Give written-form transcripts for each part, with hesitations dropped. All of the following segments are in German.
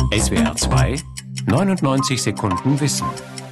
SWR 2, 99 Sekunden Wissen.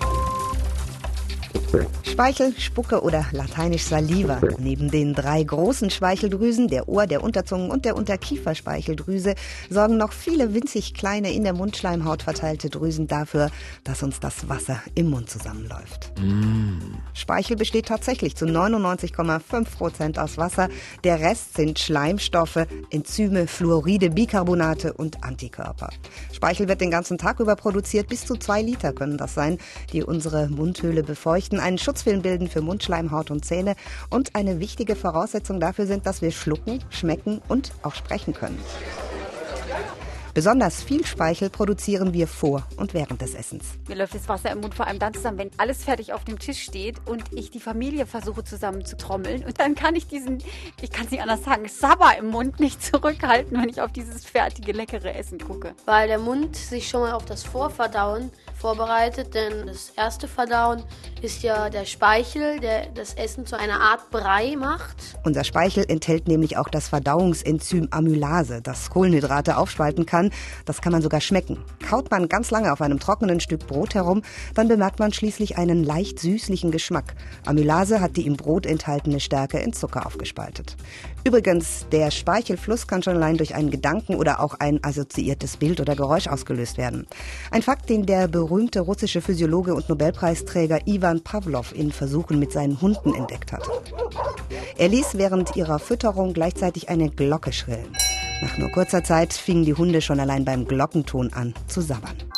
Speichel, Spucke oder lateinisch Saliva. Neben den 3 großen Speicheldrüsen, der Ohr-, der Unterzungen- und der Unterkieferspeicheldrüse, sorgen noch viele winzig kleine in der Mundschleimhaut verteilte Drüsen dafür, dass uns das Wasser im Mund zusammenläuft. Speichel besteht tatsächlich zu 99,5% aus Wasser. Der Rest sind Schleimstoffe, Enzyme, Fluoride, Bicarbonate und Antikörper. Speichel wird den ganzen Tag über produziert. Bis zu 2 Liter können das sein, die unsere Mundhöhle befeuchten, einen Schutzfilm bilden für Mundschleimhaut und Zähne und eine wichtige Voraussetzung dafür sind, dass wir schlucken, schmecken und auch sprechen können. Besonders viel Speichel produzieren wir vor und während des Essens. Mir läuft das Wasser im Mund vor allem dann zusammen, wenn alles fertig auf dem Tisch steht und ich die Familie versuche zusammenzutrommeln. Und dann kann ich ich kann es nicht anders sagen, Sabber im Mund nicht zurückhalten, wenn ich auf dieses fertige, leckere Essen gucke. Weil der Mund sich schon mal auf das Vorverdauen vorbereitet, denn das erste Verdauen ist ja der Speichel, der das Essen zu einer Art Brei macht. Unser Speichel enthält nämlich auch das Verdauungsenzym Amylase, das Kohlenhydrate aufspalten kann. Das kann man sogar schmecken. Kaut man ganz lange auf einem trockenen Stück Brot herum, dann bemerkt man schließlich einen leicht süßlichen Geschmack. Amylase hat die im Brot enthaltene Stärke in Zucker aufgespaltet. Übrigens, der Speichelfluss kann schon allein durch einen Gedanken oder auch ein assoziiertes Bild oder Geräusch ausgelöst werden. Ein Fakt, den der berühmte russische Physiologe und Nobelpreisträger Iwan Pawlow in Versuchen mit seinen Hunden entdeckt hat. Er ließ während ihrer Fütterung gleichzeitig eine Glocke schrillen. Nach nur kurzer Zeit fingen die Hunde schon allein beim Glockenton an zu sabbern.